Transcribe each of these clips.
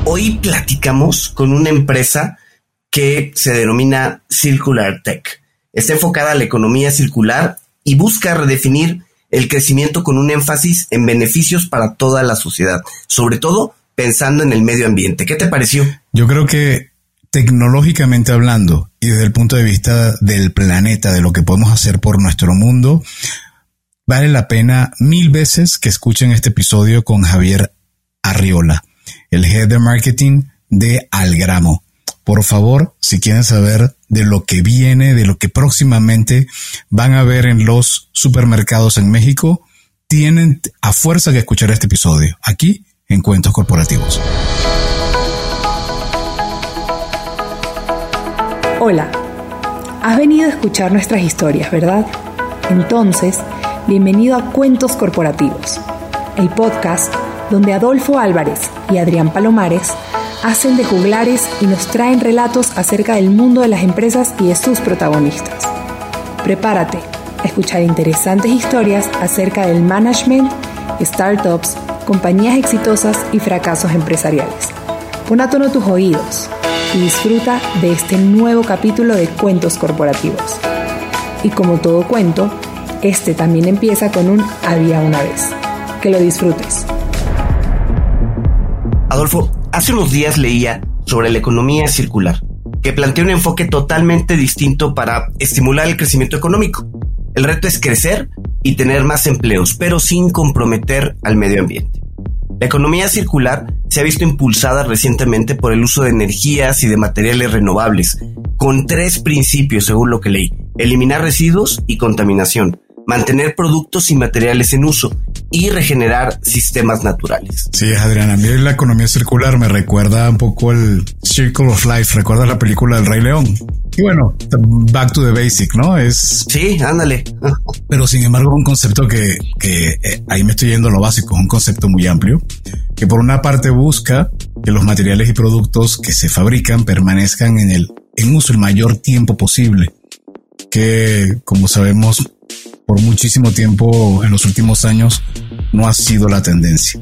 Hoy platicamos con una empresa que se denomina Circular Tech. Está enfocada a la economía circular y busca redefinir el crecimiento con un énfasis en beneficios para toda la sociedad, sobre todo pensando en el medio ambiente. ¿Qué te pareció? Yo creo que tecnológicamente hablando y desde el punto de vista del planeta, de lo que podemos hacer por nuestro mundo, vale la pena 1000 veces que escuchen este episodio con Javier Arriola, el Head de Marketing de Algramo. Por favor, si quieren saber de lo que viene, de lo que próximamente van a ver en los supermercados en México, tienen a fuerza que escuchar este episodio, aquí en Cuentos Corporativos. Hola, has venido a escuchar nuestras historias, ¿verdad? Entonces, bienvenido a Cuentos Corporativos, el podcast donde Adolfo Álvarez y Adrián Palomares hacen de juglares y nos traen relatos acerca del mundo de las empresas y de sus protagonistas. Prepárate a escuchar interesantes historias acerca del management, startups, compañías exitosas y fracasos empresariales. Pon a tono tus oídos y disfruta de este nuevo capítulo de Cuentos Corporativos. Y como todo cuento, este también empieza con un había una vez. Que lo disfrutes. Adolfo, hace unos días leía sobre la economía circular, que plantea un enfoque totalmente distinto para estimular el crecimiento económico. El reto es crecer y tener más empleos, pero sin comprometer al medio ambiente. La economía circular se ha visto impulsada recientemente por el uso de energías y de materiales renovables, con 3 principios según lo que leí: eliminar residuos y contaminación, mantener productos y materiales en uso y regenerar sistemas naturales. Sí, Adrián, a mí la economía circular me recuerda un poco el Circle of Life, recuerda la película del Rey León. Y bueno, back to the basic, ¿no? Sí, ándale. Pero sin embargo, un concepto que ahí me estoy yendo a lo básico, es un concepto muy amplio, que por una parte busca que los materiales y productos que se fabrican permanezcan en uso el mayor tiempo posible, que como sabemos, por muchísimo tiempo en los últimos años no ha sido la tendencia.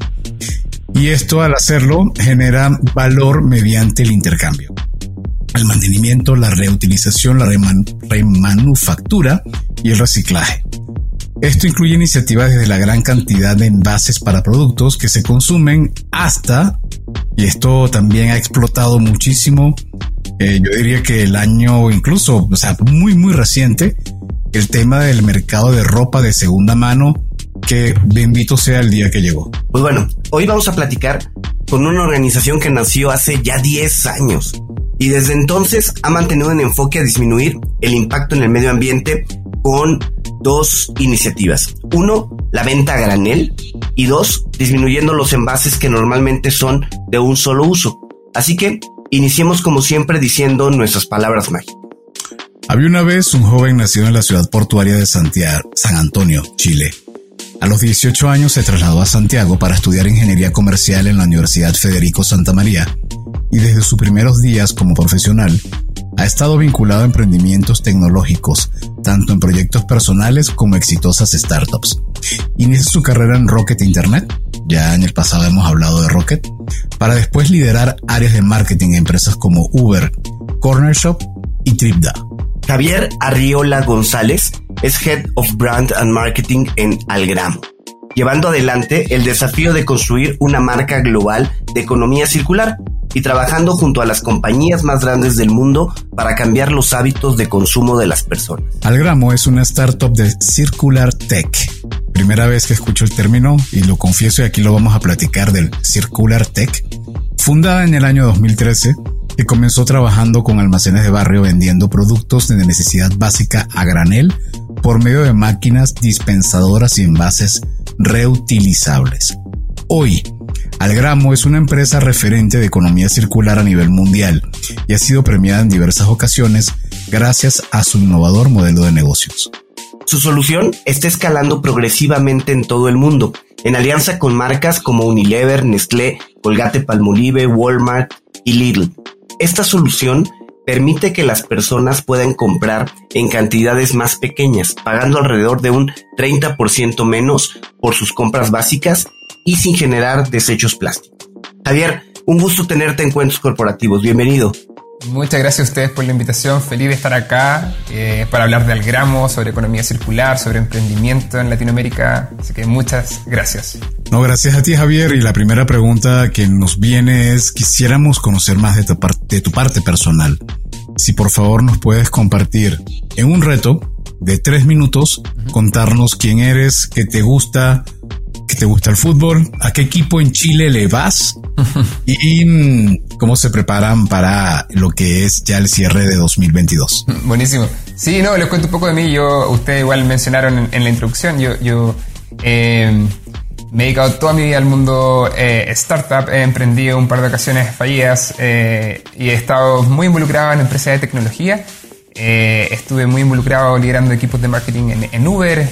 Y esto, al hacerlo, genera valor mediante el intercambio, el mantenimiento, la reutilización, la remanufactura y el reciclaje. Esto incluye iniciativas desde la gran cantidad de envases para productos que se consumen hasta, y esto también ha explotado muchísimo, yo diría que el año incluso, muy muy reciente, el tema del mercado de ropa de segunda mano, que bendito sea el día que llegó. Pues bueno, hoy vamos a platicar con una organización que nació hace ya 10 años y desde entonces ha mantenido un enfoque a disminuir el impacto en el medio ambiente con 2 iniciativas. 1, la venta a granel, y 2, disminuyendo los envases que normalmente son de un solo uso. Así que iniciemos como siempre diciendo nuestras palabras mágicas. Había una vez un joven nacido en la ciudad portuaria de San Antonio, Chile. A los 18 años se trasladó a Santiago para estudiar ingeniería comercial en la Universidad Federico Santa María y desde sus primeros días como profesional ha estado vinculado a emprendimientos tecnológicos, tanto en proyectos personales como exitosas startups. Inicia su carrera en Rocket Internet, ya en el pasado hemos hablado de Rocket, para después liderar áreas de marketing en empresas como Uber, Corner Shop y TripDa. Javier Arriola González es Head of Brand and Marketing en Algramo, llevando adelante el desafío de construir una marca global de economía circular y trabajando junto a las compañías más grandes del mundo para cambiar los hábitos de consumo de las personas. Algramo es una startup de Circular Tech. Primera vez que escucho el término y lo confieso, y aquí lo vamos a platicar del Circular Tech. Fundada en el año 2013, que comenzó trabajando con almacenes de barrio vendiendo productos de necesidad básica a granel por medio de máquinas dispensadoras y envases reutilizables. Hoy, Algramo es una empresa referente de economía circular a nivel mundial y ha sido premiada en diversas ocasiones gracias a su innovador modelo de negocios. Su solución está escalando progresivamente en todo el mundo, en alianza con marcas como Unilever, Nestlé, Colgate-Palmolive, Walmart y Lidl. Esta solución permite que las personas puedan comprar en cantidades más pequeñas, pagando alrededor de un 30% menos por sus compras básicas y sin generar desechos plásticos. Javier, un gusto tenerte en Cuentos Corporativos. Bienvenido. Muchas gracias a ustedes por la invitación. Feliz de estar acá para hablar de Algramo, sobre economía circular, sobre emprendimiento en Latinoamérica. Así que muchas gracias. No, gracias a ti, Javier. Y la primera pregunta que nos viene es: quisiéramos conocer más de tu parte personal. Si por favor nos puedes compartir en un reto de 3 minutos, contarnos quién eres, qué te gusta el fútbol, a qué equipo en Chile le vas y cómo se preparan para lo que es ya el cierre de 2022. Buenísimo. Sí, no, les cuento un poco de mí. Ustedes igual mencionaron en la introducción, yo me he dedicado toda mi vida al mundo startup. He emprendido un par de ocasiones fallidas y he estado muy involucrado en empresas de tecnología. Estuve muy involucrado liderando equipos de marketing en Uber.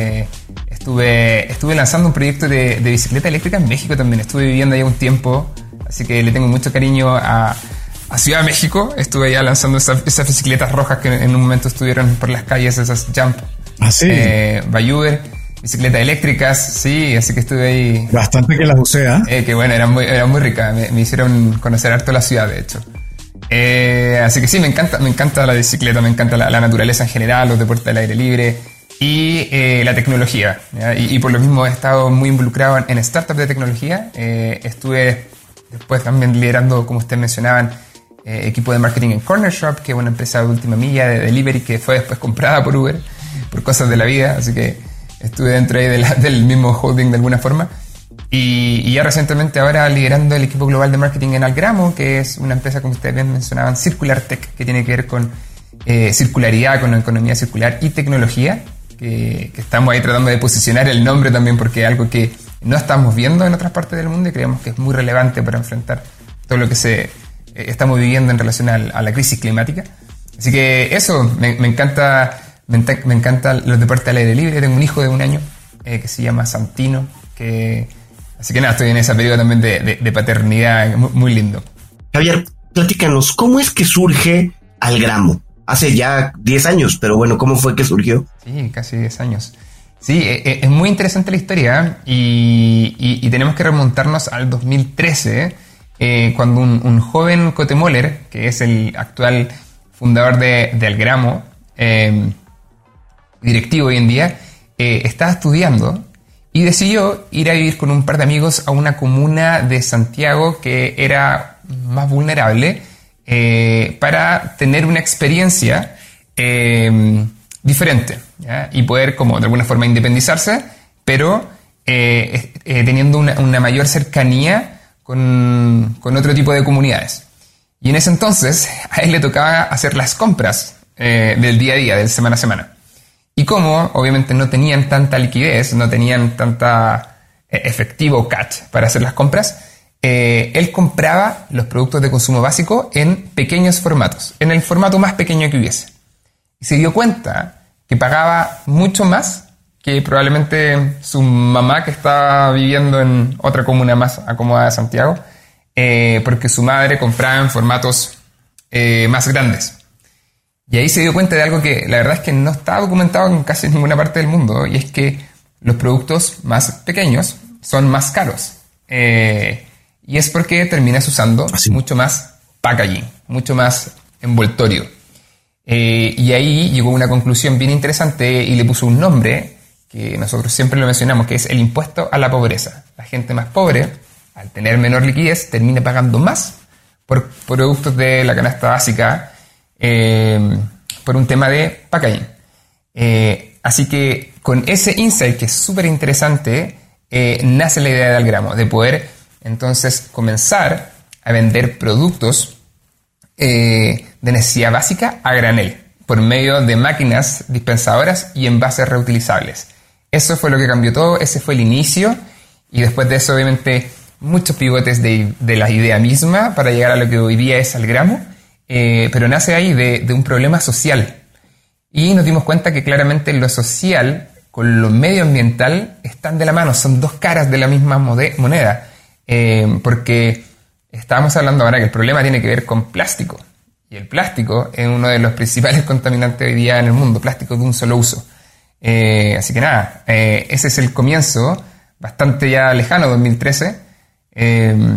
Estuve lanzando un proyecto de bicicleta eléctrica en México también. Estuve viviendo allá un tiempo, así que le tengo mucho cariño a Ciudad de México. Estuve allá lanzando esas bicicletas rojas que en un momento estuvieron por las calles, esas Jump. ¿Ah, sí? By Uber. Bicicletas eléctricas, sí, así que estuve ahí. Bastante que las usé, ¿eh? Que bueno, era muy rica. Me hicieron conocer harto la ciudad, de hecho. Así que sí, me encanta la bicicleta, me encanta la naturaleza en general, los deportes al aire libre y la tecnología, y por lo mismo he estado muy involucrado en startups de tecnología. Estuve después también liderando, como ustedes mencionaban, equipo de marketing en Corner Shop, que es una empresa de última milla de delivery que fue después comprada por Uber por cosas de la vida, así que estuve dentro ahí del mismo holding de alguna forma. Y ya recientemente ahora liderando el equipo global de marketing en Algramo, que es una empresa, como ustedes bien mencionaban, Circular Tech, que tiene que ver con circularidad, con economía circular y tecnología, que estamos ahí tratando de posicionar el nombre también, porque es algo que no estamos viendo en otras partes del mundo y creemos que es muy relevante para enfrentar todo lo que estamos viviendo en relación a la crisis climática. Así que eso, me encanta los deportes al aire libre. Tengo un hijo de 1 año que se llama Santino, así que nada, estoy en ese periodo también de paternidad muy lindo. Javier, platícanos, ¿cómo es que surge Algramo? Hace ya 10 años, pero bueno, ¿cómo fue que surgió? Sí, casi 10 años. Sí, es muy interesante la historia, y tenemos que remontarnos al 2013, cuando un joven Cote Moller, que es el actual fundador de Algramo, directivo hoy en día, estaba estudiando y decidió ir a vivir con un par de amigos a una comuna de Santiago que era más vulnerable, para tener una experiencia diferente, ¿ya? Y poder como de alguna forma independizarse, pero teniendo una mayor cercanía con otro tipo de comunidades. Y en ese entonces a él le tocaba hacer las compras del día a día, del semana a semana. Y como obviamente no tenían tanta liquidez, no tenían tanta efectivo cash para hacer las compras, él compraba los productos de consumo básico en pequeños formatos, en el formato más pequeño que hubiese. Y se dio cuenta que pagaba mucho más que probablemente su mamá, que estaba viviendo en otra comuna más acomodada de Santiago, porque su madre compraba en formatos más grandes. Y ahí se dio cuenta de algo que la verdad es que no está documentado en casi ninguna parte del mundo, y es que los productos más pequeños son más caros. Y es porque terminas usando mucho más packaging, mucho más envoltorio. Y ahí llegó a una conclusión bien interesante y le puso un nombre que nosotros siempre lo mencionamos, que es el impuesto a la pobreza. La gente más pobre, al tener menor liquidez, termina pagando más por productos de la canasta básica, por un tema de packaging. Así que con ese insight, que es súper interesante, nace la idea de Algramo, de poder entonces comenzar a vender productos de necesidad básica a granel, por medio de máquinas dispensadoras y envases reutilizables. Eso fue lo que cambió todo, ese fue el inicio, y después de eso obviamente muchos pivotes de la idea misma para llegar a lo que hoy día es Algramo, pero nace ahí de un problema social. Y nos dimos cuenta que claramente lo social con lo medioambiental están de la mano, son dos caras de la misma moneda. Porque estábamos hablando ahora que el problema tiene que ver con plástico, y el plástico es uno de los principales contaminantes hoy día en el mundo, plástico de un solo uso. Así que nada, ese es el comienzo, bastante ya lejano, 2013,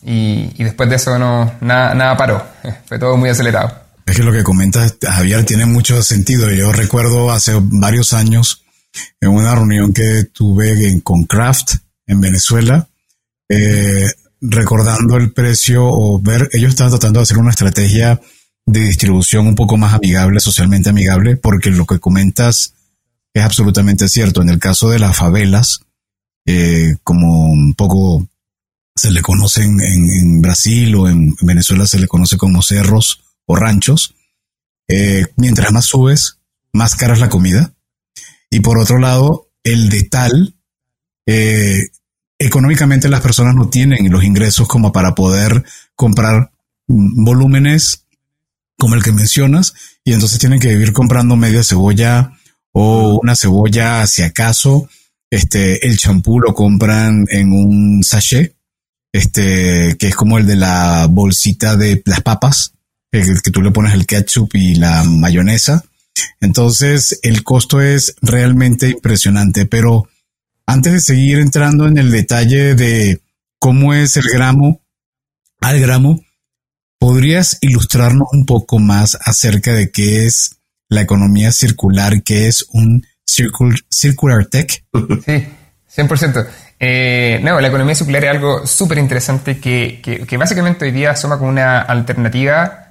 y después de eso nada paró. Fue todo muy acelerado. Es que lo que comentas, Javier, tiene mucho sentido. Yo recuerdo hace varios años en una reunión que tuve con Kraft en Venezuela, recordando el precio ellos estaban tratando de hacer una estrategia de distribución un poco más amigable, socialmente amigable, porque lo que comentas es absolutamente cierto. En el caso de las favelas, como un poco se le conocen en Brasil o en Venezuela se le conoce como cerros o ranchos, mientras más subes, más cara es la comida. Y por otro lado, el detal, económicamente las personas no tienen los ingresos como para poder comprar volúmenes como el que mencionas, y entonces tienen que vivir comprando media cebolla o una cebolla si acaso. El champú lo compran en un sachet, que es como el de la bolsita de las papas, que tú le pones el ketchup y la mayonesa. Entonces el costo es realmente impresionante, pero antes de seguir entrando en el detalle de cómo es el gramo al gramo, ¿podrías ilustrarnos un poco más acerca de qué es la economía circular, qué es un circular tech? Sí, 100%. La economía circular es algo súper interesante que básicamente hoy día asoma como una alternativa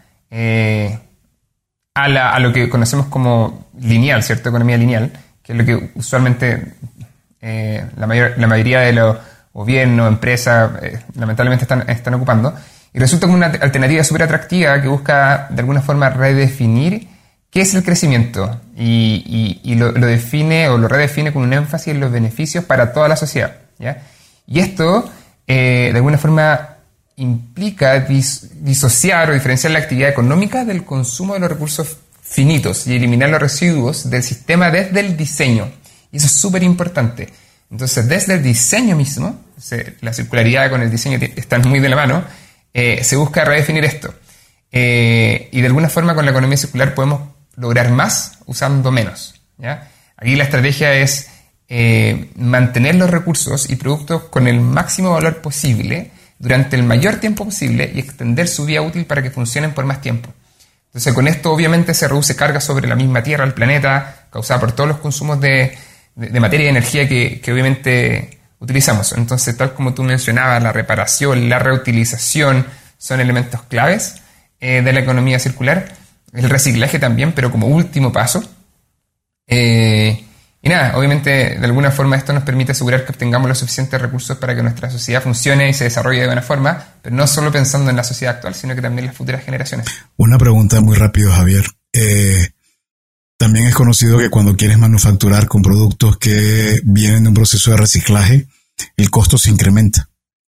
a lo que conocemos como lineal, ¿cierto? Economía lineal, que es lo que usualmente la mayoría de los gobiernos, empresas, lamentablemente están ocupando. Y resulta como una alternativa súper atractiva que busca de alguna forma redefinir qué es el crecimiento y lo define o lo redefine con un énfasis en los beneficios para toda la sociedad, ¿ya? Y esto, de alguna forma, implica disociar o diferenciar la actividad económica del consumo de los recursos finitos y eliminar los residuos del sistema desde el diseño. Y eso es súper importante. Entonces, desde el diseño mismo, la circularidad con el diseño están muy de la mano, se busca redefinir esto. Y de alguna forma con la economía circular podemos lograr más usando menos, ¿ya? Aquí la estrategia es mantener los recursos y productos con el máximo valor posible durante el mayor tiempo posible y extender su vida útil para que funcionen por más tiempo. Entonces, con esto obviamente se reduce carga sobre la misma Tierra, el planeta, causada por todos los consumos de materia y energía que obviamente utilizamos. Entonces, tal como tú mencionabas, la reparación, la reutilización son elementos claves de la economía circular. El reciclaje también, pero como último paso. Y nada, obviamente de alguna forma esto nos permite asegurar que obtengamos los suficientes recursos para que nuestra sociedad funcione y se desarrolle de buena forma, pero no solo pensando en la sociedad actual, sino que también en las futuras generaciones. Una pregunta muy rápido, Javier. También es conocido que cuando quieres manufacturar con productos que vienen de un proceso de reciclaje, el costo se incrementa.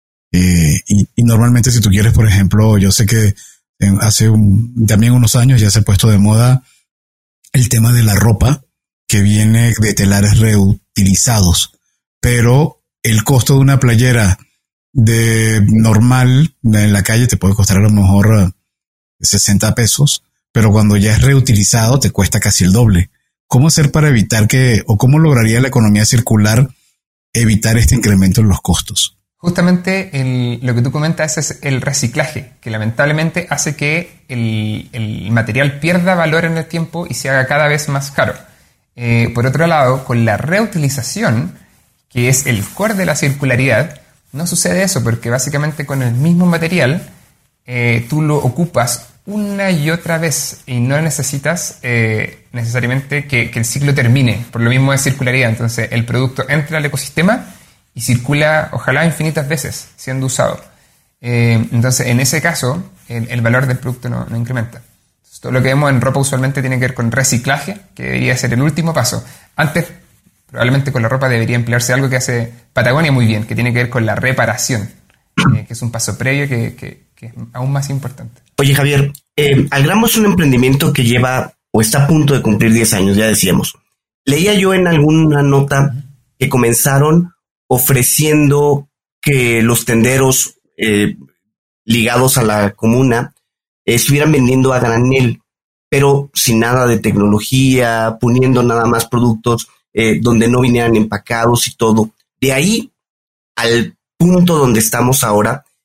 Y normalmente si tú quieres, por ejemplo, yo sé que también unos años ya se ha puesto de moda el tema de la ropa que viene de telares reutilizados, pero el costo de una playera de normal en la calle te puede costar a lo mejor 60 pesos, pero cuando ya es reutilizado te cuesta casi el doble. ¿Cómo hacer para evitar cómo lograría la economía circular evitar este incremento en los costos? Justamente lo que tú comentas es el reciclaje, que lamentablemente hace que el material pierda valor en el tiempo y se haga cada vez más caro. Por otro lado, con la reutilización, que es el core de la circularidad, no sucede eso, porque básicamente con el mismo material tú lo ocupas una y otra vez y no necesitas necesariamente que el ciclo termine. Por lo mismo es circularidad. Entonces el producto entra al ecosistema y circula, ojalá, infinitas veces siendo usado. Entonces en ese caso el valor del producto no incrementa. Todo lo que vemos en ropa usualmente tiene que ver con reciclaje, que debería ser el último paso. Antes, probablemente con la ropa debería emplearse algo que hace Patagonia muy bien, que tiene que ver con la reparación, que es un paso previo que es aún más importante. Oye, Javier, Algramo es un emprendimiento que lleva o está a punto de cumplir 10 años, ya decíamos. Leía yo en alguna nota que comenzaron ofreciendo que los tenderos ligados a la comuna estuvieran vendiendo a granel, pero sin nada de tecnología, poniendo nada más productos donde no vinieran empacados y todo. De ahí al punto donde estamos ahora,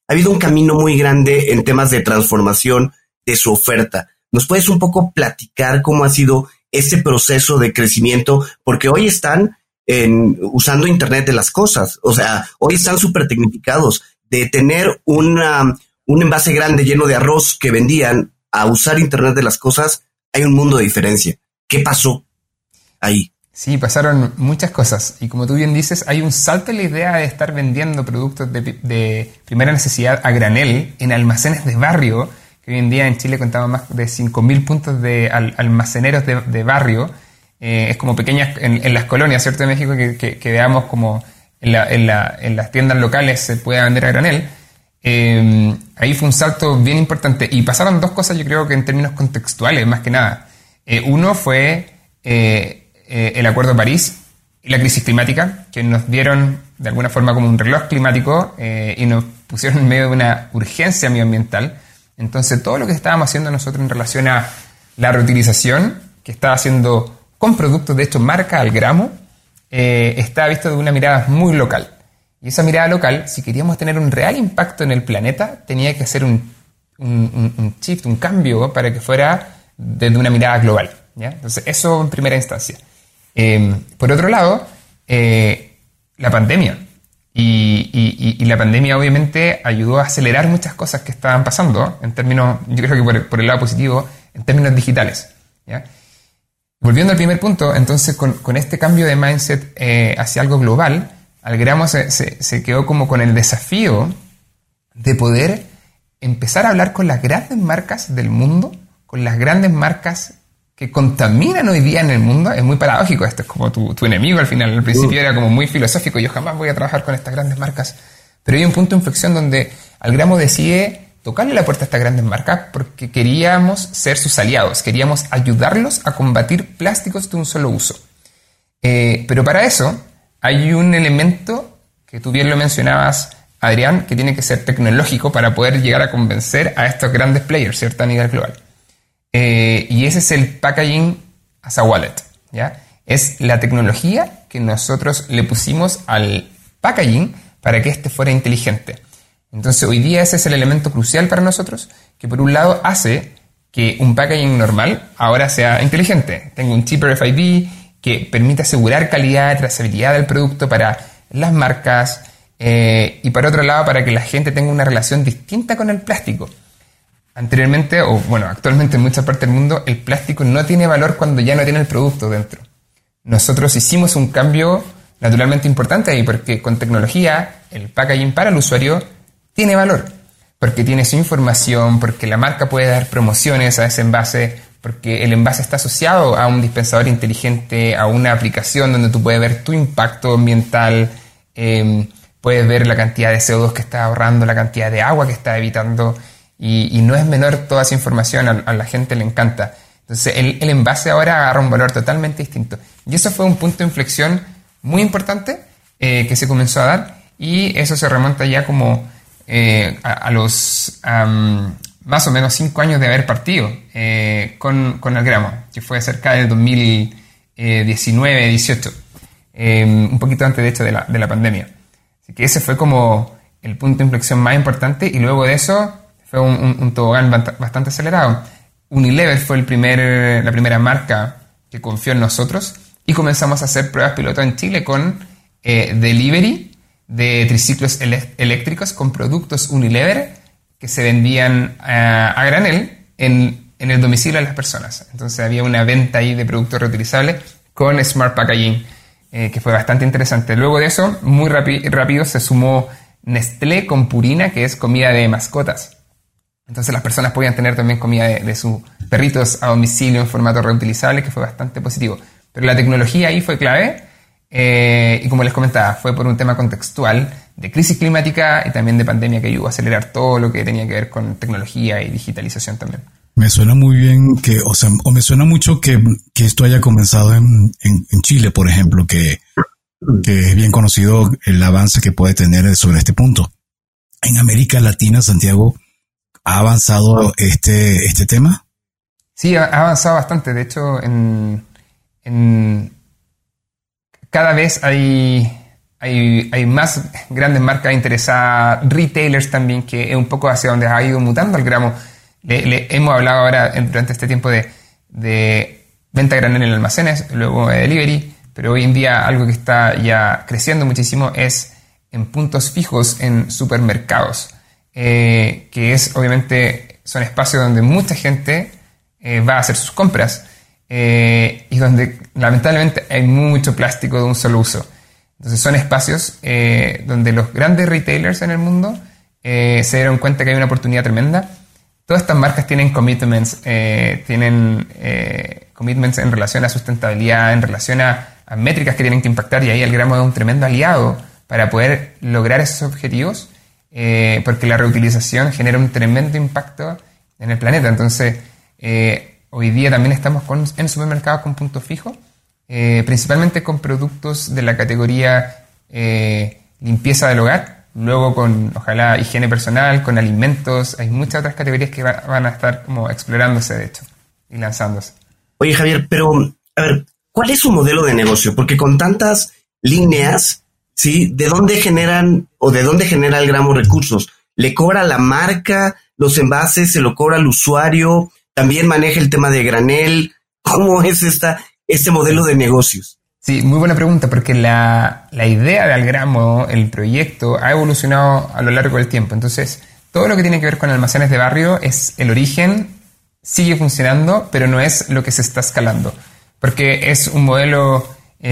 ha habido un camino muy grande en temas de transformación de su oferta. ¿Nos puedes un poco platicar cómo ha sido ese proceso de crecimiento? Porque hoy están usando Internet de las cosas. O sea, hoy están súper tecnificados. De tener un envase grande lleno de arroz que vendían a usar Internet de las cosas, hay un mundo de diferencia. ¿Qué pasó ahí? Sí, pasaron muchas cosas. Y como tú bien dices, hay un salto en la idea de estar vendiendo productos de primera necesidad a granel en almacenes de barrio, que hoy en día en Chile contamos más de 5.000 puntos de almaceneros de barrio. Es como pequeñas, en las colonias, ¿cierto?, de México, que veamos como en las tiendas locales se puede vender a granel. Ahí fue un salto bien importante. Y pasaron dos cosas, yo creo que en términos contextuales, más que nada. Uno fue el Acuerdo de París y la crisis climática, que nos dieron de alguna forma como un reloj climático y nos pusieron en medio de una urgencia medioambiental. Entonces todo lo que estábamos haciendo nosotros en relación a la reutilización, que estaba haciendo con productos, de hecho, marca al gramo, estaba visto de una mirada muy local. Y esa mirada local, si queríamos tener un real impacto en el planeta, tenía que hacer un shift, un cambio para que fuera desde una mirada global, ¿ya? Entonces, eso en primera instancia. Por otro lado, la pandemia. Y la pandemia obviamente ayudó a acelerar muchas cosas que estaban pasando, en términos, yo creo que por el lado positivo, en términos digitales, ¿ya? Volviendo al primer punto, entonces con este cambio de mindset hacia algo global, Algramo se quedó como con el desafío de poder empezar a hablar con las grandes marcas del mundo, con las grandes marcas que contaminan hoy día en el mundo. Es muy paradójico esto, es como tu enemigo al final. Al principio era como muy filosófico, yo jamás voy a trabajar con estas grandes marcas. Pero hay un punto de inflexión donde Algramo decide tocarle la puerta a estas grandes marcas porque queríamos ser sus aliados, queríamos ayudarlos a combatir plásticos de un solo uso. Pero para eso hay un elemento que tú bien lo mencionabas, Adrián, que tiene que ser tecnológico para poder llegar a convencer a estos grandes players, ¿cierto?, a nivel global. Y ese es el packaging as a wallet, ¿ya? Es la tecnología que nosotros le pusimos al packaging para que este fuera inteligente. Entonces, hoy día ese es el elemento crucial para nosotros, que por un lado hace que un packaging normal ahora sea inteligente. Tengo un chip RFID que permite asegurar calidad, trazabilidad del producto para las marcas y por otro lado para que la gente tenga una relación distinta con el plástico. Anteriormente, o bueno, actualmente en muchas partes del mundo, el plástico no tiene valor cuando ya no tiene el producto dentro. Nosotros hicimos un cambio naturalmente importante ahí, porque con tecnología el packaging para el usuario tiene valor, porque tiene su información, porque la marca puede dar promociones a ese envase, porque el envase está asociado a un dispensador inteligente, a una aplicación donde tú puedes ver tu impacto ambiental, puedes ver la cantidad de CO2 que está ahorrando, la cantidad de agua que está evitando. Y no es menor toda esa información, a la gente le encanta. Entonces el envase ahora agarra un valor totalmente distinto. Y eso fue un punto de inflexión muy importante que se comenzó a dar, y eso se remonta ya como a los más o menos 5 años de haber partido con Algramo, que fue cerca del 2019-18, un poquito antes de hecho de la pandemia. Así que ese fue como el punto de inflexión más importante, y luego de eso fue un tobogán bastante acelerado. Unilever fue la primera marca que confió en nosotros, y comenzamos a hacer pruebas piloto en Chile con delivery de triciclos eléctricos con productos Unilever que se vendían a granel en el domicilio de las personas. Entonces había una venta ahí de productos reutilizables con Smart Packaging, que fue bastante interesante. Luego de eso, muy rápido se sumó Nestlé con Purina, que es comida de mascotas. Entonces las personas podían tener también comida de sus perritos a domicilio en formato reutilizable, que fue bastante positivo. Pero la tecnología ahí fue clave, y como les comentaba, fue por un tema contextual de crisis climática y también de pandemia que ayudó a acelerar todo lo que tenía que ver con tecnología y digitalización también. Me suena muy bien o me suena mucho que esto haya comenzado en Chile, por ejemplo, que es bien conocido el avance que puede tener sobre este punto. En América Latina, Santiago, ¿ha avanzado este tema? Sí, ha avanzado bastante. De hecho, cada vez hay hay más grandes marcas interesadas, retailers también, que es un poco hacia donde ha ido mutando el gramo. Hemos hablado ahora durante este tiempo de venta granel en almacenes, luego de delivery, pero hoy en día algo que está ya creciendo muchísimo es en puntos fijos en supermercados, que es obviamente son espacios donde mucha gente va a hacer sus compras y donde lamentablemente hay mucho plástico de un solo uso. Entonces son espacios donde los grandes retailers en el mundo se dieron cuenta que hay una oportunidad tremenda. Todas estas marcas tienen commitments en relación a sustentabilidad, en relación a métricas que tienen que impactar, y ahí el gramo es un tremendo aliado para poder lograr esos objetivos, porque la reutilización genera un tremendo impacto en el planeta. Entonces, hoy día también estamos en supermercados con puntos fijos, principalmente con productos de la categoría limpieza del hogar, luego con, ojalá, higiene personal, con alimentos. Hay muchas otras categorías que van a estar como explorándose, de hecho, y lanzándose. Oye, Javier, pero, a ver, ¿cuál es su modelo de negocio? Porque con tantas líneas, ¿sí? ¿De dónde genera el gramo recursos? ¿Le cobra la marca los envases? ¿Se lo cobra al usuario? ¿También maneja el tema de granel? ¿Cómo es este modelo de negocios? Sí, muy buena pregunta, porque la idea de Algramo, el proyecto, ha evolucionado a lo largo del tiempo. Entonces, todo lo que tiene que ver con almacenes de barrio es el origen, sigue funcionando, pero no es lo que se está escalando. Porque es un modelo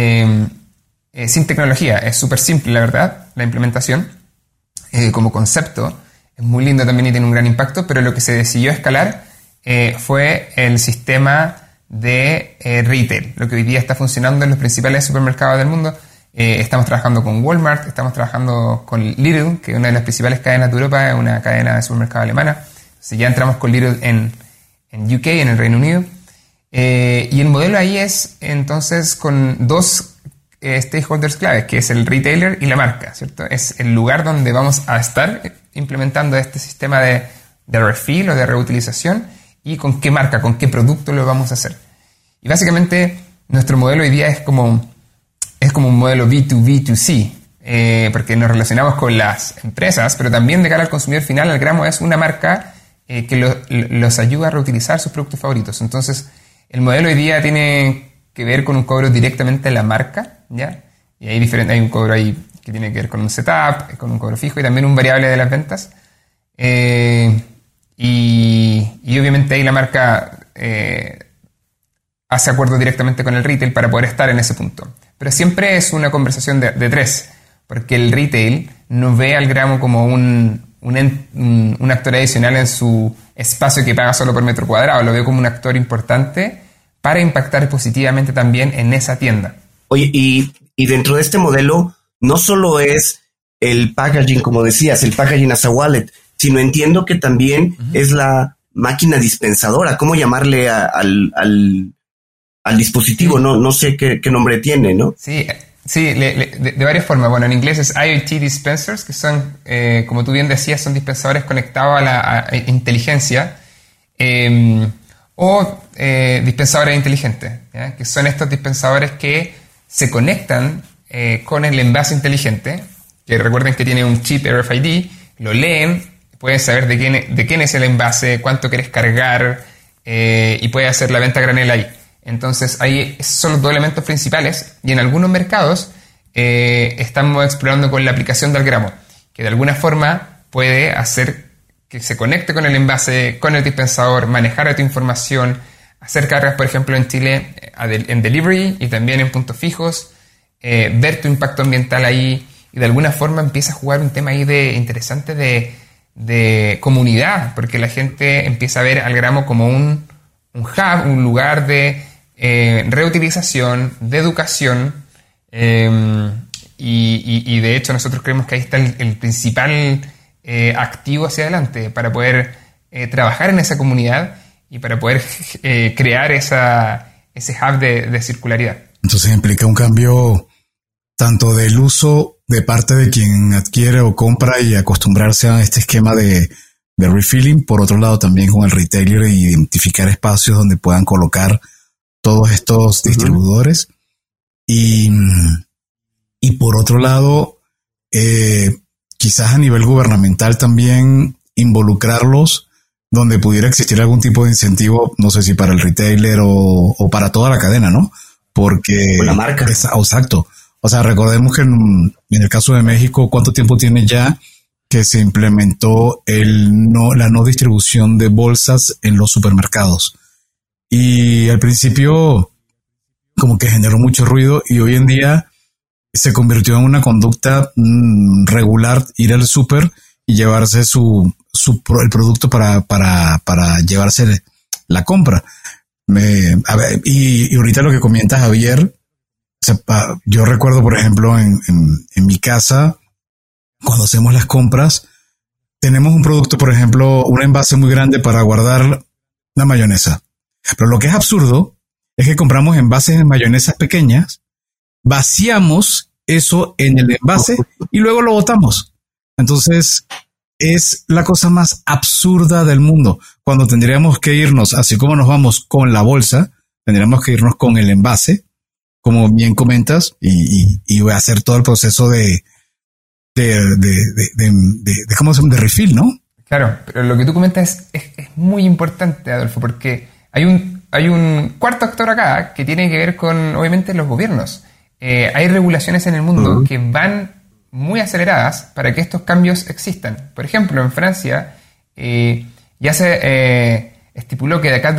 sin tecnología, es súper simple, la verdad, la implementación. Como concepto, es muy lindo también y tiene un gran impacto, pero lo que se decidió escalar fue el sistema de retail, lo que hoy día está funcionando en los principales supermercados del mundo. Estamos trabajando con Walmart, estamos trabajando con Lidl, que es una de las principales cadenas de Europa, es una cadena de supermercado alemana. Entonces ya entramos con Lidl en UK, en el Reino Unido. Y el modelo ahí es entonces con dos stakeholders claves, que es el retailer y la marca, ¿cierto? Es el lugar donde vamos a estar implementando este sistema de refill o de reutilización, y con qué marca, con qué producto lo vamos a hacer. Y básicamente nuestro modelo hoy día es como un modelo B2B2C, porque nos relacionamos con las empresas, pero también de cara al consumidor final. Algramo es una marca que los ayuda a reutilizar sus productos favoritos. Entonces, el modelo hoy día tiene que ver con un cobro directamente a la marca, ¿ya? Y hay un cobro ahí que tiene que ver con un setup, con un cobro fijo y también un variable de las ventas. Y obviamente ahí la marca hace acuerdo directamente con el retail para poder estar en ese punto. Pero siempre es una conversación de tres, porque el retail no ve al gramo como un actor adicional en su espacio que paga solo por metro cuadrado, lo ve como un actor importante para impactar positivamente también en esa tienda. Oye, y dentro de este modelo no solo es el packaging, como decías, el packaging as a wallet, sino entiendo que también es la máquina dispensadora. ¿Cómo llamarle al dispositivo? No sé qué nombre tiene, ¿no? Sí, de varias formas. Bueno, en inglés es IoT dispensers, que son, como tú bien decías, son dispensadores conectados a inteligencia, o dispensadores inteligentes, ¿ya? Que son estos dispensadores que se conectan con el envase inteligente, que recuerden que tiene un chip RFID, lo leen, puedes saber de quién es el envase, cuánto quieres cargar, y puedes hacer la venta a granel ahí. Entonces, ahí son los dos elementos principales, y en algunos mercados estamos explorando con la aplicación de Algramo, que de alguna forma puede hacer que se conecte con el envase, con el dispensador, manejar tu información, hacer cargas, por ejemplo, en Chile, en delivery y también en puntos fijos, ver tu impacto ambiental ahí, y de alguna forma empieza a jugar un tema ahí interesante de comunidad, porque la gente empieza a ver Algramo como un hub, un lugar de reutilización, de educación, y de hecho nosotros creemos que ahí está el principal activo hacia adelante para poder trabajar en esa comunidad y para poder crear ese hub de circularidad. Entonces implica un cambio tanto del uso de parte de quien adquiere o compra y acostumbrarse a este esquema de refilling, por otro lado también con el retailer, e identificar espacios donde puedan colocar todos estos distribuidores. Y Y por otro lado, quizás a nivel gubernamental también involucrarlos donde pudiera existir algún tipo de incentivo, no sé si para el retailer o para toda la cadena, ¿no? Porque... Con la marca. Exacto. O sea, recordemos que en el caso de México, ¿cuánto tiempo tiene ya que se implementó la no distribución de bolsas en los supermercados? Y al principio como que generó mucho ruido y hoy en día se convirtió en una conducta regular ir al súper y llevarse el producto para llevarse la compra. Y ahorita lo que comenta Javier, yo recuerdo, por ejemplo, en mi casa, cuando hacemos las compras, tenemos un producto, por ejemplo, un envase muy grande para guardar la mayonesa. Pero lo que es absurdo es que compramos envases de mayonesa pequeñas, vaciamos eso en el envase y luego lo botamos. Entonces, es la cosa más absurda del mundo. Cuando tendríamos que irnos, así como nos vamos con la bolsa, tendríamos que irnos con el envase, como bien comentas, y voy a hacer todo el proceso de ¿cómo se llama? De refill, ¿no? Claro, pero lo que tú comentas es muy importante, Adolfo, porque hay un cuarto actor acá que tiene que ver con, obviamente, los gobiernos. Hay regulaciones en el mundo que van muy aceleradas para que estos cambios existan. Por ejemplo, en Francia ya se estipuló que de acá a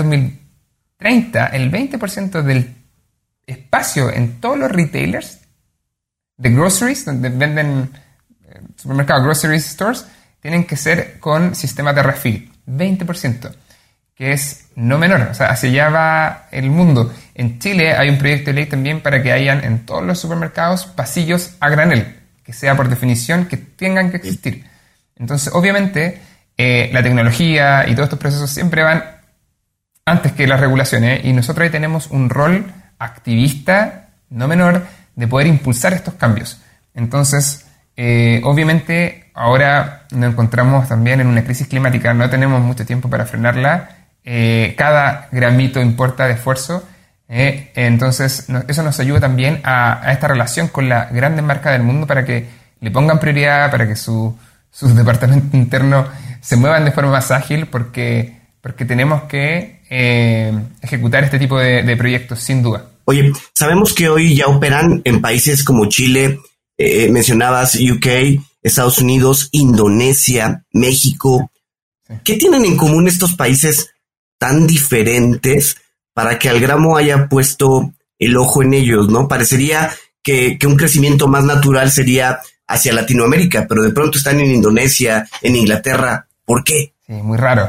2030 el 20% del espacio en todos los retailers de groceries, donde venden supermercados, grocery stores, tienen que ser con sistemas de refill. 20%, que es no menor. O sea, hacia allá va el mundo. En Chile hay un proyecto de ley también para que hayan en todos los supermercados pasillos a granel, que sea por definición que tengan que existir. Entonces, obviamente, la tecnología y todos estos procesos siempre van antes que las regulaciones, y nosotros ahí tenemos un rol activista, no menor, de poder impulsar estos cambios. Entonces, obviamente, ahora nos encontramos también en una crisis climática, no tenemos mucho tiempo para frenarla, cada gramito importa de esfuerzo, entonces eso nos ayuda también a esta relación con las grandes marcas del mundo para que le pongan prioridad, para que sus departamentos internos se muevan de forma más ágil, porque tenemos que ejecutar este tipo de proyectos, sin duda. Oye, sabemos que hoy ya operan en países como Chile, mencionabas UK, Estados Unidos, Indonesia, México. Sí. ¿Qué tienen en común estos países tan diferentes para que Algramo haya puesto el ojo en ellos, ¿no? Parecería que un crecimiento más natural sería hacia Latinoamérica, pero de pronto están en Indonesia, en Inglaterra. ¿Por qué? Sí, muy raro.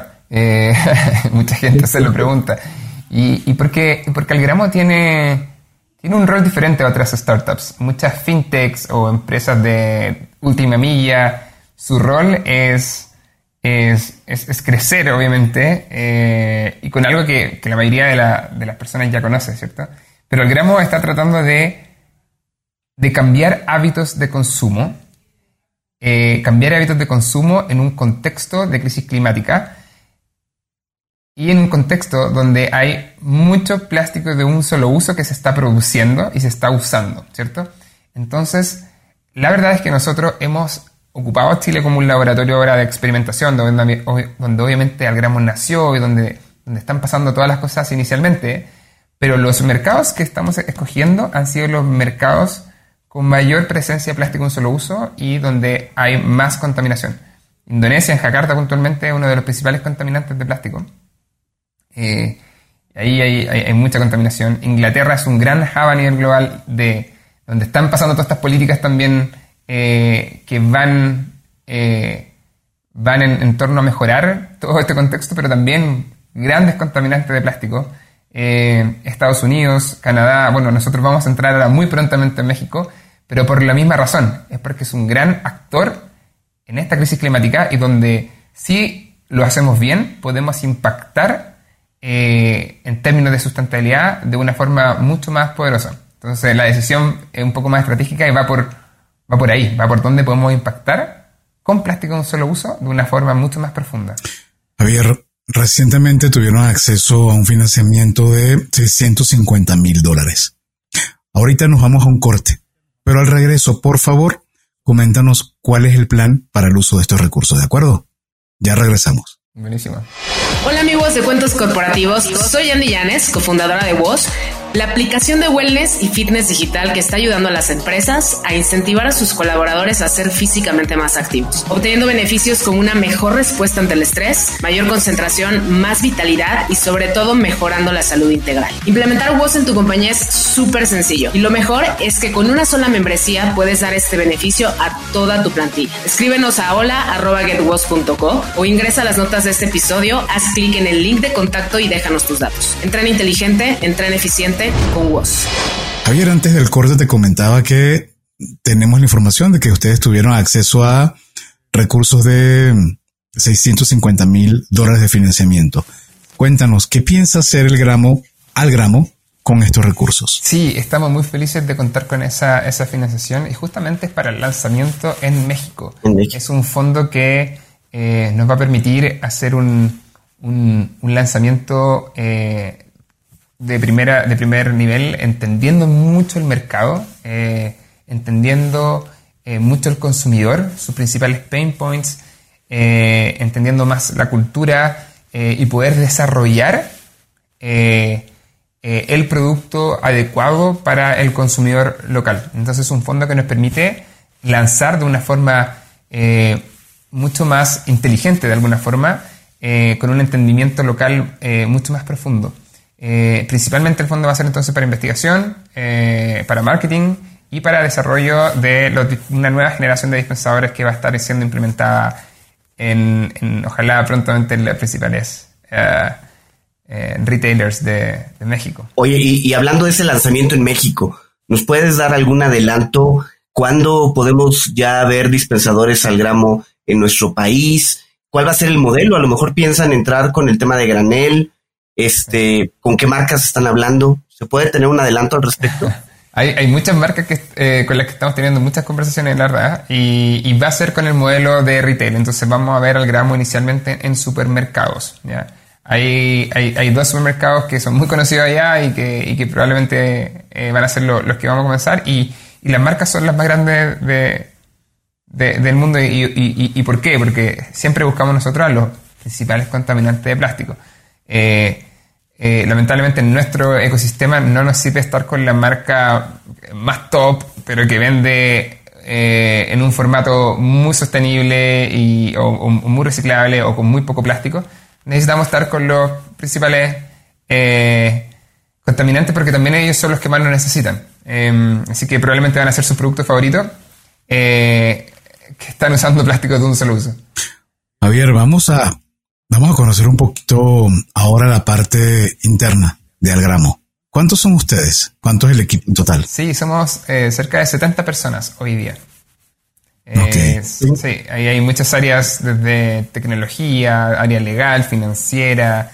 Mucha gente se lo pregunta. ¿Y por qué? Porque Algramo tiene un rol diferente a otras startups. Muchas fintechs o empresas de última milla, su rol es crecer, obviamente, y con algo que la mayoría de las personas ya conoce, ¿cierto? Pero Algramo está tratando de cambiar hábitos de consumo, en un contexto de crisis climática y en un contexto donde hay mucho plástico de un solo uso que se está produciendo y se está usando, ¿cierto? Entonces, la verdad es que nosotros hemos ocupado a Chile como un laboratorio ahora de experimentación, donde obviamente Algramo nació y donde están pasando todas las cosas inicialmente, pero los mercados que estamos escogiendo han sido los mercados con mayor presencia de plástico de un solo uso y donde hay más contaminación. Indonesia, en Jakarta puntualmente, es uno de los principales contaminantes de plástico. Ahí hay mucha contaminación. Inglaterra es un gran hub a nivel global donde están pasando todas estas políticas también que van en torno a mejorar todo este contexto, pero también grandes contaminantes de plástico. Estados Unidos, Canadá, bueno, nosotros vamos a entrar ahora muy prontamente en México, pero por la misma razón, es porque es un gran actor en esta crisis climática y donde si lo hacemos bien podemos impactar en términos de sustentabilidad de una forma mucho más poderosa. Entonces la decisión es un poco más estratégica y va por ahí, va por dónde podemos impactar con plástico de un solo uso de una forma mucho más profunda. Javier, recientemente tuvieron acceso a un financiamiento de $650,000. Ahorita nos vamos a un corte Pero al regreso, por favor, coméntanos cuál es el plan para el uso de estos recursos, ¿de acuerdo? Ya regresamos. Buenísimo. Hola amigos de Cuentos Corporativos, soy Andy Llanes, cofundadora de WOS, la aplicación de wellness y fitness digital que está ayudando a las empresas a incentivar a sus colaboradores a ser físicamente más activos, obteniendo beneficios como una mejor respuesta ante el estrés, mayor concentración, más vitalidad y sobre todo mejorando la salud integral. Implementar WOS en tu compañía es súper sencillo y lo mejor es que con una sola membresía puedes dar este beneficio a toda tu plantilla. Escríbenos a hola@getwos.co o ingresa a las notas de este episodio, haz clic en el link de contacto y déjanos tus datos. Entrena inteligente, entrena eficiente con WOS. Javier, antes del corte te comentaba que tenemos la información de que ustedes tuvieron acceso a recursos de $650,000 de financiamiento. Cuéntanos, ¿qué piensa hacer el Gramo con estos recursos? Sí, estamos muy felices de contar con esa financiación y justamente es para el lanzamiento en México. Es un fondo que nos va a permitir hacer un lanzamiento de primer nivel, entendiendo mucho el mercado, entendiendo mucho el consumidor, sus principales pain points, entendiendo más la cultura y poder desarrollar el producto adecuado para el consumidor local. Entonces es un fondo que nos permite lanzar de una forma mucho más inteligente, de alguna forma, con un entendimiento local mucho más profundo. Principalmente el fondo va a ser entonces para investigación, para marketing y para desarrollo de una nueva generación de dispensadores que va a estar siendo implementada ojalá prontamente en las principales retailers de México. Oye, y hablando de ese lanzamiento en México, ¿nos puedes dar algún adelanto? ¿Cuándo podemos ya ver dispensadores al gramo en nuestro país? ¿Cuál va a ser el modelo? A lo mejor piensan entrar con el tema de granel. ¿Con qué marcas están hablando? ¿Se puede tener un adelanto al respecto? Hay muchas marcas con las que estamos teniendo muchas conversaciones, la verdad, y va a ser con el modelo de retail. Entonces vamos a ver al gramo inicialmente en supermercados, ¿ya? Hay 2 supermercados que son muy conocidos allá y que probablemente van a ser los que vamos a comenzar, y las marcas son las más grandes del mundo. ¿Y por qué? Porque siempre buscamos nosotros a los principales contaminantes de plástico. Lamentablemente en nuestro ecosistema no nos sirve estar con la marca más top, pero que vende en un formato muy sostenible o muy reciclable o con muy poco plástico. Necesitamos estar con los principales contaminantes, porque también ellos son los que más lo necesitan. Así que probablemente van a ser sus productos favoritos que están usando plástico de un solo uso. Javier, vamos a conocer un poquito ahora la parte interna de Algramo. ¿Cuántos son ustedes? ¿Cuánto es el equipo en total? Sí, somos cerca de 70 personas hoy día. Okay. Sí, ahí hay muchas áreas, desde tecnología, área legal, financiera,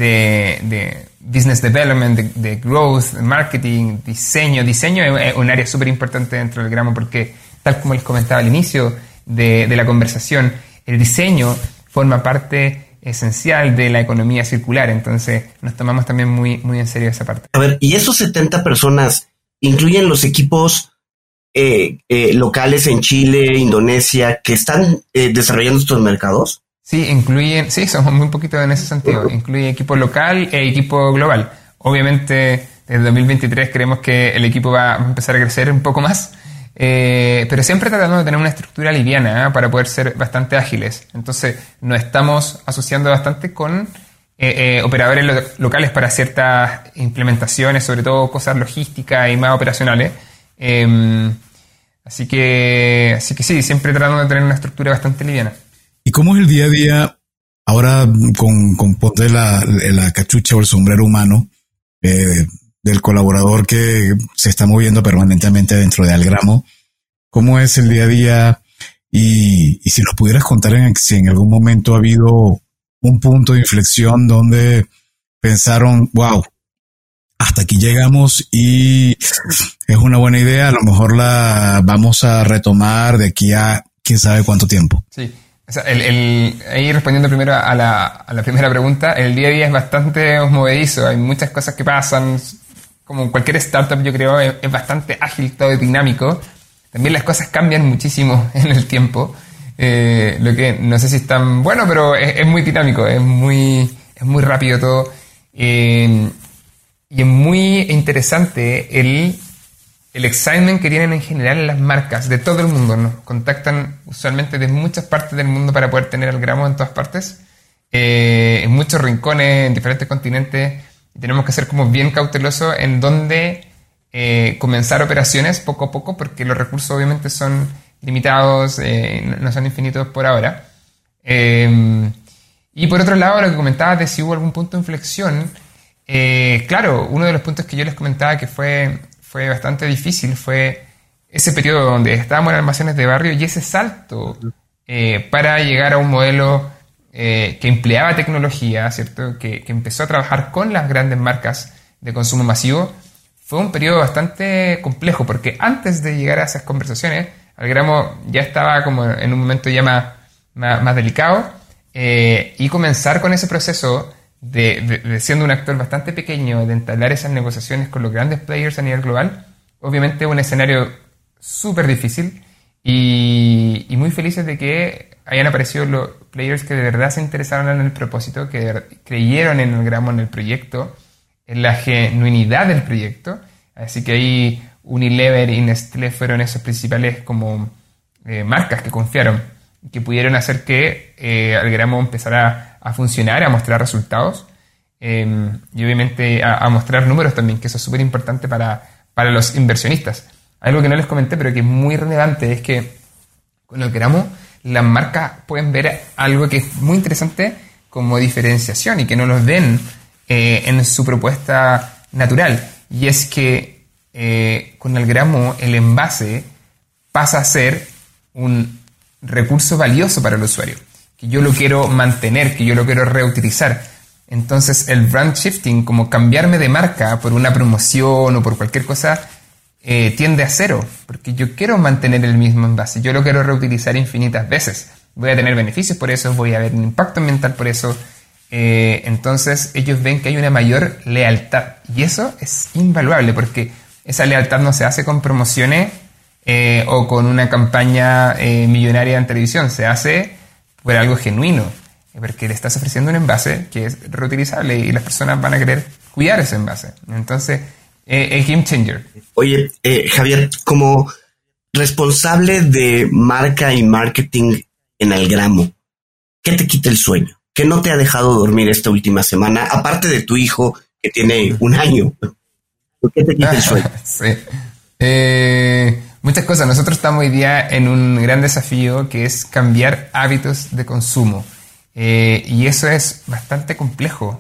de business development, de growth, marketing, diseño. Diseño es un área súper importante dentro del Gramo porque, tal como les comentaba al inicio de la conversación, el diseño forma parte esencial de la economía circular. Entonces nos tomamos también muy, muy en serio esa parte. A ver, ¿y esos 70 personas incluyen los equipos locales en Chile, Indonesia, que están desarrollando estos mercados? Sí, somos muy poquitos en ese sentido. Incluye equipo local e equipo global. Obviamente, desde 2023 creemos que el equipo va a empezar a crecer un poco más, pero siempre tratando de tener una estructura liviana para poder ser bastante ágiles. Entonces, nos estamos asociando bastante con operadores locales para ciertas implementaciones, sobre todo cosas logísticas y más operacionales. Así que sí, siempre tratando de tener una estructura bastante liviana. ¿Y cómo es el día a día ahora con ponte la cachucha o el sombrero humano del colaborador que se está moviendo permanentemente dentro de Algramo? ¿Cómo es el día a día? Y si nos pudieras contar si en algún momento ha habido un punto de inflexión donde pensaron, wow, hasta aquí llegamos y es una buena idea, a lo mejor la vamos a retomar de aquí a quién sabe cuánto tiempo. Sí, o sea, ahí respondiendo primero a la primera pregunta, el día a día es bastante movedizo, hay muchas cosas que pasan, como cualquier startup yo creo, es bastante ágil, todo es dinámico, también las cosas cambian muchísimo en el tiempo. Lo que no sé si es tan bueno, pero es muy dinámico, es muy rápido todo. Y es muy interesante el excitement que tienen en general las marcas de todo el mundo. Nos contactan usualmente de muchas partes del mundo para poder tener al gramo en todas partes, en muchos rincones, en diferentes continentes. Y tenemos que ser como bien cautelosos en dónde comenzar operaciones poco a poco, porque los recursos obviamente son limitados, no son infinitos por ahora. Y por otro lado, lo que comentabas de si hubo algún punto de inflexión, claro, uno de los puntos que yo les comentaba que fue bastante difícil fue ese periodo donde estábamos en almacenes de barrio y ese salto para llegar a un modelo que empleaba tecnología, ¿cierto? Que empezó a trabajar con las grandes marcas de consumo masivo. Fue un periodo bastante complejo porque antes de llegar a esas conversaciones, Algramo ya estaba como en un momento ya más delicado, y comenzar con ese proceso de siendo un actor bastante pequeño, de entablar esas negociaciones con los grandes players a nivel global, obviamente un escenario súper difícil, y muy felices de que hayan aparecido los players que de verdad se interesaron en el propósito, que creyeron en Algramo, en el proyecto, en la genuinidad del proyecto. Así que ahí Unilever y Nestlé fueron esos principales como marcas que confiaron, que pudieron hacer que Algramo empezara a funcionar, a mostrar resultados, y obviamente a mostrar números también, que eso es súper importante para los inversionistas. Algo que no les comenté, pero que es muy relevante, es que con Algramo las marcas pueden ver algo que es muy interesante como diferenciación y que no los ven en su propuesta natural, y es que con Algramo el envase pasa a ser un recurso valioso para el usuario, que yo lo quiero mantener, que yo lo quiero reutilizar. Entonces el brand shifting, como cambiarme de marca por una promoción o por cualquier cosa, tiende a cero, porque yo quiero mantener el mismo envase, yo lo quiero reutilizar infinitas veces, voy a tener beneficios por eso, voy a ver un impacto ambiental por eso. Entonces ellos ven que hay una mayor lealtad, y eso es invaluable, porque esa lealtad no se hace con promociones o con una campaña millonaria en televisión, se hace por algo genuino, porque le estás ofreciendo un envase que es reutilizable y las personas van a querer cuidar ese envase. Entonces es game changer. Oye, Javier, como responsable de marca y marketing en Algramo, ¿qué te quita el sueño? ¿Qué no te ha dejado dormir esta última semana? Aparte de tu hijo, que tiene 1 año. ¿Qué te quita el sueño? Sí. Muchas cosas. Nosotros estamos hoy día en un gran desafío que es cambiar hábitos de consumo. Y eso es bastante complejo.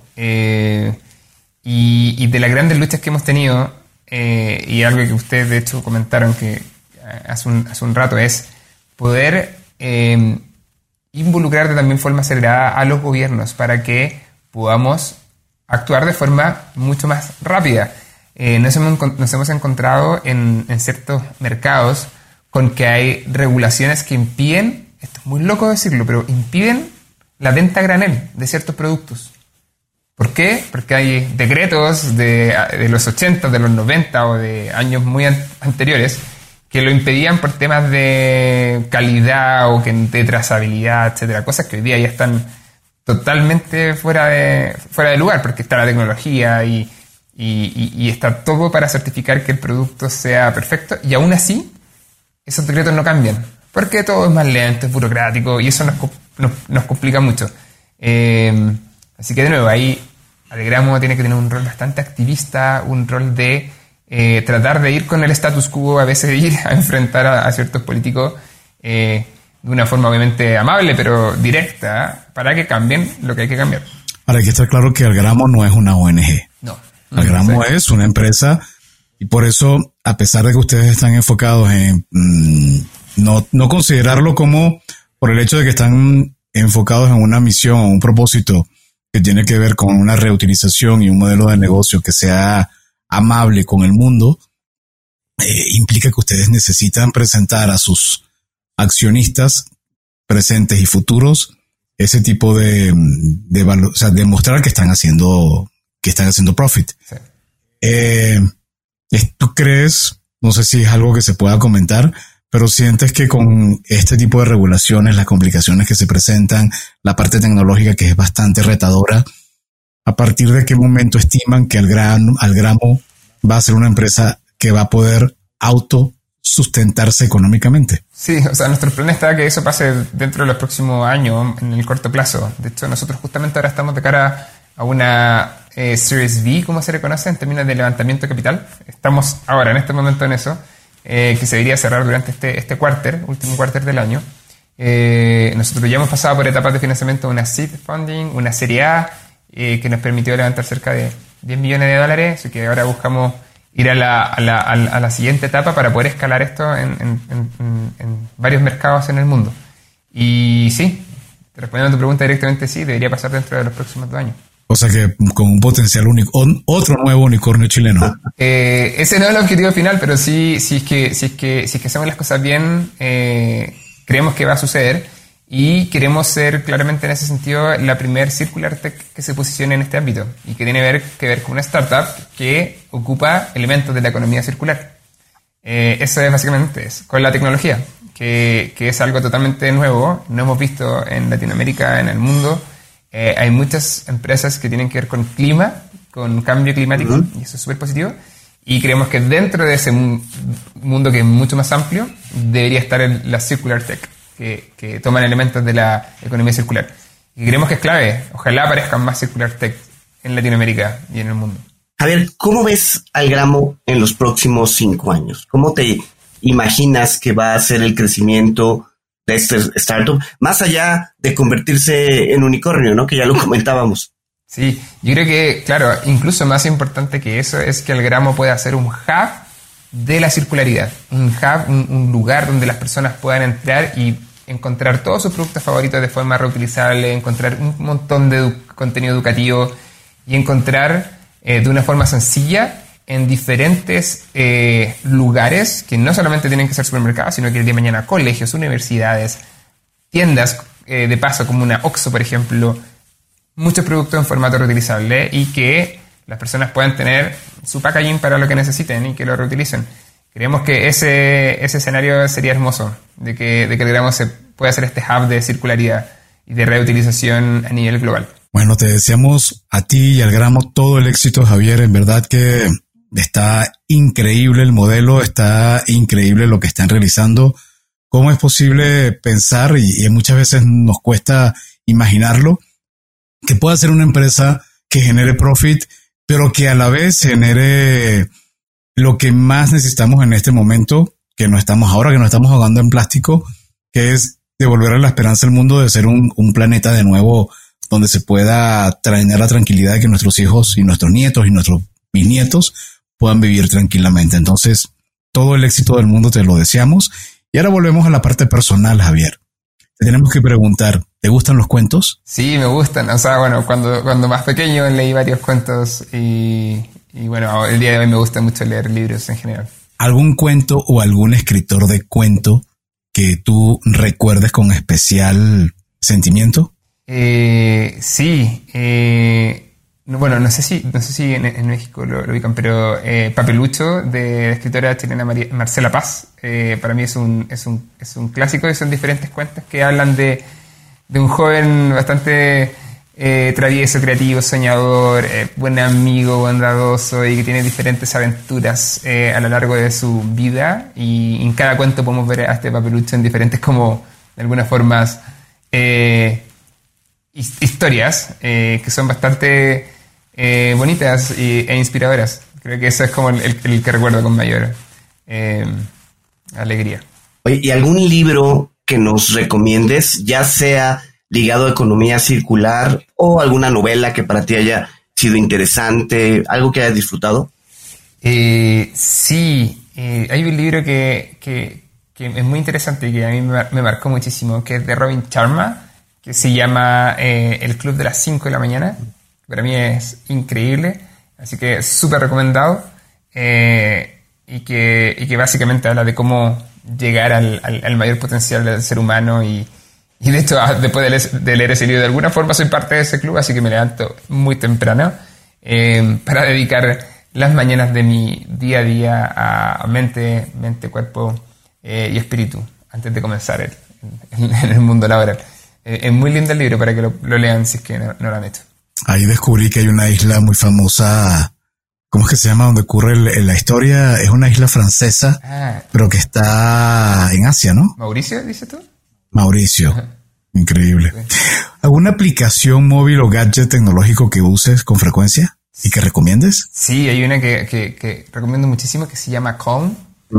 Y de las grandes luchas que hemos tenido, y algo que ustedes de hecho comentaron que hace un rato, es poder involucrar de también forma acelerada a los gobiernos para que podamos actuar de forma mucho más rápida. Nos hemos encontrado en ciertos mercados con que hay regulaciones que impiden, esto es muy loco decirlo, pero impiden la venta a granel de ciertos productos. ¿Por qué? Porque hay decretos de los 80, de los 90 o de años muy anteriores que lo impedían por temas de calidad o de trazabilidad, etcétera. Cosas que hoy día ya están totalmente fuera de lugar, porque está la tecnología y está todo para certificar que el producto sea perfecto, y aún así esos decretos no cambian, porque todo es más lento, es burocrático, y eso nos complica mucho. Así que de nuevo, ahí Algramo tiene que tener un rol bastante activista, un rol de tratar de ir con el status quo, a veces ir a enfrentar a ciertos políticos de una forma obviamente amable, pero directa, para que cambien lo que hay que cambiar. Ahora hay que estar claro que Algramo no es una ONG. No. Algramo es una empresa, y por eso, a pesar de que ustedes están enfocados en no considerarlo como por el hecho de que están enfocados en una misión o un propósito que tiene que ver con una reutilización y un modelo de negocio que sea amable con el mundo, implica que ustedes necesitan presentar a sus accionistas presentes y futuros ese tipo de valor, o sea, demostrar que están haciendo profit. Sí. ¿Tú crees, no sé si es algo que se pueda comentar, pero sientes que con este tipo de regulaciones, las complicaciones que se presentan, la parte tecnológica que es bastante retadora, ¿a partir de qué momento estiman que Algramo va a ser una empresa que va a poder autosustentarse económicamente? Sí, o sea, nuestro plan está que eso pase dentro de los próximos años, en el corto plazo. De hecho, nosotros justamente ahora estamos de cara a una Series B, como se le conoce, en términos de levantamiento de capital. Estamos ahora, en este momento, en eso, que se debería cerrar durante este último cuarter del año. Nosotros ya hemos pasado por etapas de financiamiento, una seed funding, una serie A, que nos permitió levantar cerca de $10 millones, así que ahora buscamos ir a la siguiente etapa para poder escalar esto en varios mercados en el mundo. Y sí, respondiendo a tu pregunta directamente, sí, debería pasar dentro de los próximos 2 años. O sea que con un potencial otro nuevo unicornio chileno. Ese no es el objetivo final, pero sí, si es que hacemos las cosas bien, creemos que va a suceder y queremos ser claramente en ese sentido la primer circular tech que se posicione en este ámbito y que tiene que ver con una startup que ocupa elementos de la economía circular. Eso es básicamente con la tecnología, que es algo totalmente nuevo, no hemos visto en Latinoamérica, en el mundo. Hay muchas empresas que tienen que ver con clima, con cambio climático, y eso es súper positivo. Y creemos que dentro de ese mundo que es mucho más amplio, debería estar la Circular Tech, que toman elementos de la economía circular. Y creemos que es clave. Ojalá aparezcan más Circular Tech en Latinoamérica y en el mundo. Javier, ¿cómo ves Algramo en los próximos 5 años? ¿Cómo te imaginas que va a ser el crecimiento de este startup, más allá de convertirse en unicornio, ¿no? Que ya lo comentábamos. Sí, yo creo que, claro, incluso más importante que eso es que Algramo pueda ser un hub de la circularidad, un hub, un lugar donde las personas puedan entrar y encontrar todos sus productos favoritos de forma reutilizable, encontrar un montón de contenido educativo y encontrar de una forma sencilla en diferentes lugares que no solamente tienen que ser supermercados, sino que el día de mañana colegios, universidades, tiendas de paso como una Oxxo, por ejemplo, muchos productos en formato reutilizable y que las personas puedan tener su packaging para lo que necesiten y que lo reutilicen. Creemos que ese escenario sería hermoso, de que Algramo se pueda hacer este hub de circularidad y de reutilización a nivel global. Bueno, te deseamos a ti y Algramo todo el éxito, Javier. En verdad que está increíble el modelo, está increíble lo que están realizando. ¿Cómo es posible pensar, y muchas veces nos cuesta imaginarlo, que pueda ser una empresa que genere profit, pero que a la vez genere lo que más necesitamos en este momento, que no estamos ahogando en plástico, que es devolverle la esperanza al mundo de ser un planeta de nuevo donde se pueda tener la tranquilidad de que nuestros hijos y nuestros nietos y nuestros bisnietos puedan vivir tranquilamente? Entonces, todo el éxito del mundo te lo deseamos. Y ahora volvemos a la parte personal, Javier. Te tenemos que preguntar, ¿te gustan los cuentos? Sí, me gustan. O sea, bueno, cuando más pequeño leí varios cuentos y bueno, el día de hoy me gusta mucho leer libros en general. ¿Algún cuento o algún escritor de cuento que tú recuerdes con especial sentimiento? Sí. Bueno, no sé si en México lo ubican, pero Papelucho, de la escritora chilena Marcela Paz, para mí es un clásico, y son diferentes cuentos que hablan de un joven bastante travieso, creativo, soñador, buen amigo, bondadoso, y que tiene diferentes aventuras a lo largo de su vida, y en cada cuento podemos ver a este Papelucho en diferentes, como de algunas formas, historias que son bastante bonitas e inspiradoras. Creo que ese es como el que recuerdo con mayor alegría. Oye, ¿y algún libro que nos recomiendes, ya sea ligado a economía circular o alguna novela que para ti haya sido interesante, algo que hayas disfrutado? Sí, hay un libro que es muy interesante y que a mí me marcó muchísimo, que es de Robin Sharma, que se llama El Club de las 5 de la mañana. Para mí es increíble, así que súper recomendado, y que básicamente habla de cómo llegar al mayor potencial del ser humano, y de hecho después de leer ese libro, de alguna forma soy parte de ese club, así que me levanto muy temprano para dedicar las mañanas de mi día a día a mente, cuerpo, y espíritu antes de comenzar en el mundo laboral. Es muy lindo el libro para que lo lean si es que no lo han hecho. Ahí descubrí que hay una isla muy famosa, ¿cómo es que se llama? Donde ocurre la historia. Es una isla francesa, pero que está en Asia, ¿no? ¿Mauricio, dices tú? Mauricio. Ajá. Increíble. Sí. ¿Alguna aplicación móvil o gadget tecnológico que uses con frecuencia y que recomiendes? Sí, hay una que recomiendo muchísimo que se llama Calm,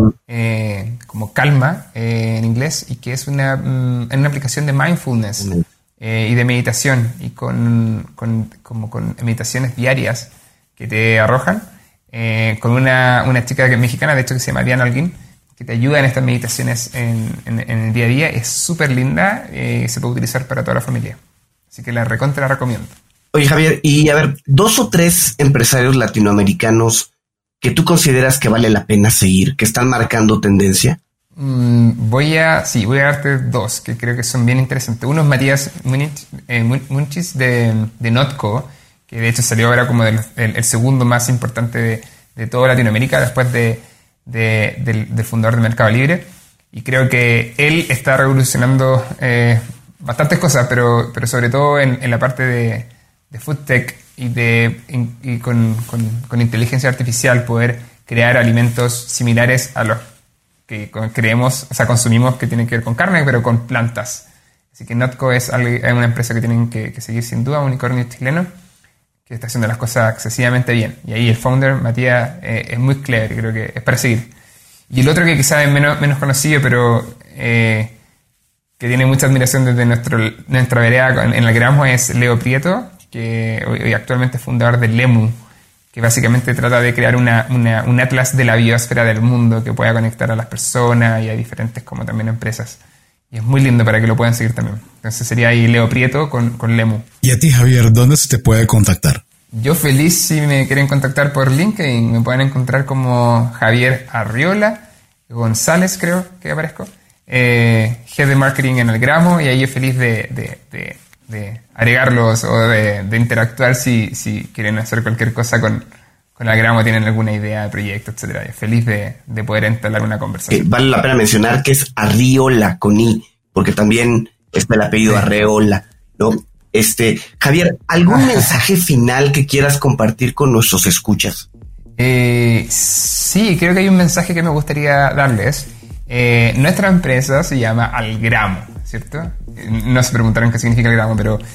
como calma en inglés, y que es una aplicación de mindfulness y de meditación, y con meditaciones diarias que te arrojan, con una chica que es mexicana, de hecho, que se llama Diana Alguín, que te ayuda en estas meditaciones en el día a día. Es súper linda, se puede utilizar para toda la familia. Así que la recomiendo. Oye, Javier, y a ver, 2 o 3 empresarios latinoamericanos que tú consideras que vale la pena seguir, que están marcando tendencia. Voy a darte 2 que creo que son bien interesantes. Uno es Matías Munchis de Notco, que de hecho salió ahora como el segundo más importante de toda Latinoamérica después del fundador de Mercado Libre, y creo que él está revolucionando bastantes cosas, pero sobre todo en la parte de food tech y con inteligencia artificial poder crear alimentos similares a los que consumimos, que tienen que ver con carne, pero con plantas. Así que Notco es una empresa que tienen que seguir sin duda, un unicornio chileno que está haciendo las cosas excesivamente bien. Y ahí el founder, Matías, es muy clever, creo que es para seguir. Y el otro que quizás es menos conocido, pero que tiene mucha admiración desde nuestra vereda en el gramo, es Leo Prieto, que hoy actualmente es fundador de Lemu, que básicamente trata de crear un atlas de la biosfera del mundo que pueda conectar a las personas y a diferentes como también empresas. Y es muy lindo para que lo puedan seguir también. Entonces sería ahí Leo Prieto con Lemu. Y a ti, Javier, ¿dónde se te puede contactar? Yo feliz si me quieren contactar por LinkedIn. Me pueden encontrar como Javier Arriola González, creo que aparezco. Head de Marketing en el gramo, y ahí yo feliz de agregarlos o de interactuar si quieren hacer cualquier cosa con el gramo, tienen alguna idea de proyecto, etcétera. Feliz de poder entablar una conversación. Vale la pena mencionar que es Arriola con I, porque también está el apellido Arreola, ¿no? Javier, ¿algún mensaje final que quieras compartir con nuestros escuchas? Sí, creo que hay un mensaje que me gustaría darles. Nuestra empresa se llama Al Gramo, ¿cierto? No se preguntaron qué significa el gramo, pero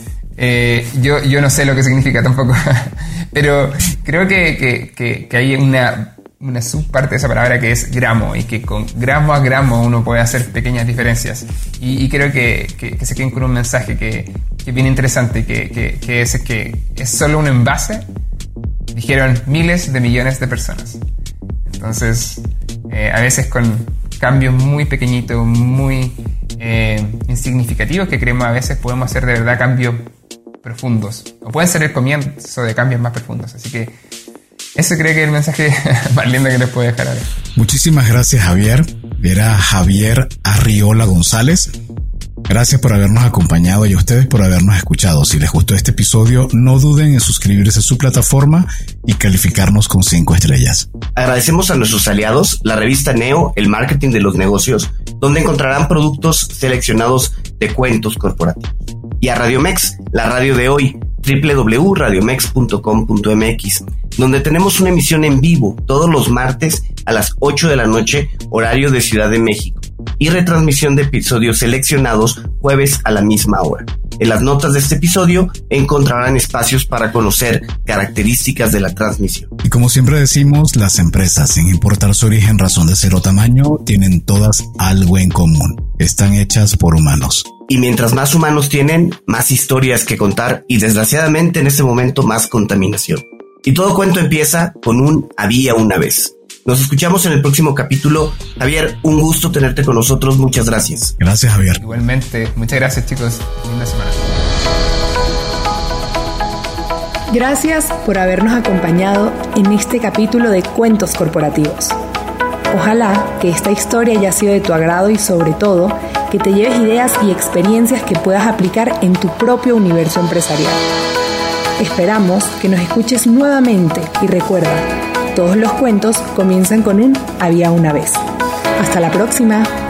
yo no sé lo que significa tampoco. Pero creo que hay una subparte de esa palabra que es gramo, y que con gramo a gramo uno puede hacer pequeñas diferencias. Y creo que se queden con un mensaje que es bien interesante, que es solo un envase, dijeron miles de millones de personas. Entonces, a veces con cambios muy pequeñitos, muy insignificativos, que creemos a veces podemos hacer de verdad cambios profundos, o pueden ser el comienzo de cambios más profundos. Así que ese creo que es el mensaje más lindo que les puedo dejar ahora. Muchísimas gracias, Javier. Era Javier Arriola González. Gracias por habernos acompañado y a ustedes por habernos escuchado. Si les gustó este episodio, no duden en suscribirse a su plataforma y calificarnos con 5 estrellas. Agradecemos a nuestros aliados, la revista Neo, el marketing de los negocios, donde encontrarán productos seleccionados de cuentos corporativos. Y a Radiomex, la radio de hoy, www.radiomex.com.mx, donde tenemos una emisión en vivo todos los martes a las 8 de la noche, horario de Ciudad de México, y retransmisión de episodios seleccionados jueves a la misma hora. En las notas de este episodio encontrarán espacios para conocer características de la transmisión. Y como siempre decimos, las empresas, sin importar su origen, razón de ser o tamaño, tienen todas algo en común. Están hechas por humanos. Y mientras más humanos tienen, más historias que contar y desgraciadamente en este momento más contaminación. Y todo cuento empieza con un había una vez. Nos escuchamos en el próximo capítulo. Javier, un gusto tenerte con nosotros. Muchas gracias. Gracias, Javier. Igualmente. Muchas gracias, chicos. Linda semana. Gracias por habernos acompañado en este capítulo de Cuentos Corporativos. Ojalá que esta historia haya sido de tu agrado y sobre todo que te lleves ideas y experiencias que puedas aplicar en tu propio universo empresarial. Esperamos que nos escuches nuevamente y recuerda, todos los cuentos comienzan con un había una vez. Hasta la próxima.